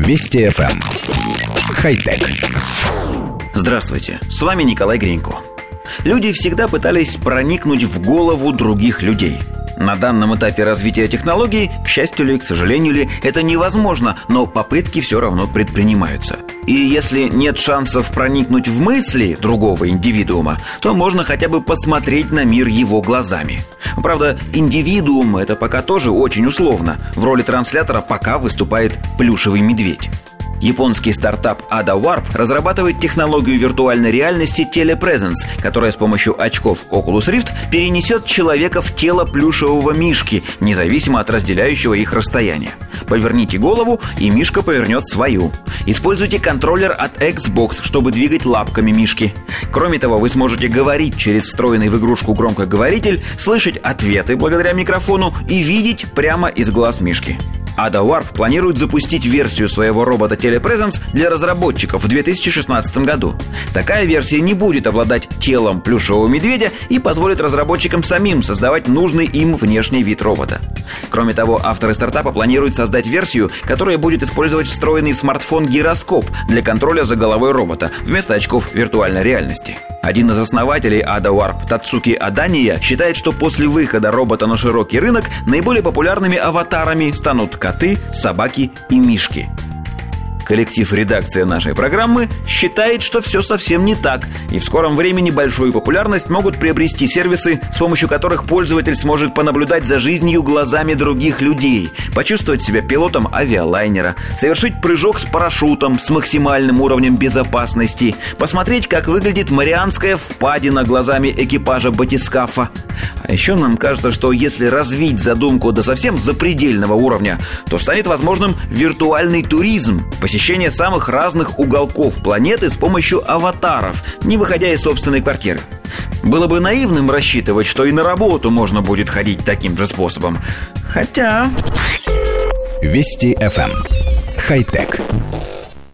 Вести ФМ. Хай-тек. Здравствуйте, с вами Николай Гринько. Люди всегда пытались проникнуть в голову других людей. На данном этапе развития технологий, к счастью ли, к сожалению ли, это невозможно, но попытки все равно предпринимаются. И если нет шансов проникнуть в мысли другого индивидуума, то можно хотя бы посмотреть на мир его глазами. Правда, индивидуум – это пока тоже очень условно. В роли транслятора пока выступает плюшевый медведь. Японский стартап Ada Warp разрабатывает технологию виртуальной реальности Telepresence, которая с помощью очков Oculus Rift перенесет человека в тело плюшевого мишки, независимо от разделяющего их расстояния. Поверните голову, и мишка повернет свою. Используйте контроллер от Xbox, чтобы двигать лапками мишки. Кроме того, вы сможете говорить через встроенный в игрушку громкоговоритель, слышать ответы благодаря микрофону и видеть прямо из глаз мишки. Ada Warp планирует запустить версию своего робота Telepresence для разработчиков в 2016 году. Такая версия не будет обладать телом плюшевого медведя и позволит разработчикам самим создавать нужный им внешний вид робота. Кроме того, авторы стартапа планируют создать версию, которая будет использовать встроенный в смартфон гироскоп для контроля за головой робота вместо очков виртуальной реальности. Один из основателей Ada Warp, Тацуки Адания, считает, что после выхода робота на широкий рынок наиболее популярными аватарами станут коты, собаки и мишки. Коллектив редакции нашей программы считает, что все совсем не так, и в скором времени большую популярность могут приобрести сервисы, с помощью которых пользователь сможет понаблюдать за жизнью глазами других людей, почувствовать себя пилотом авиалайнера, совершить прыжок с парашютом с максимальным уровнем безопасности, посмотреть, как выглядит Марианская впадина глазами экипажа батискафа. А еще нам кажется, что если развить задумку до совсем запредельного уровня, то станет возможным виртуальный туризм, посещение самых разных уголков планеты с помощью аватаров, не выходя из собственной квартиры. Было бы наивным рассчитывать, что и на работу можно будет ходить таким же способом. Хотя... Вести ФМ. Хай-тек.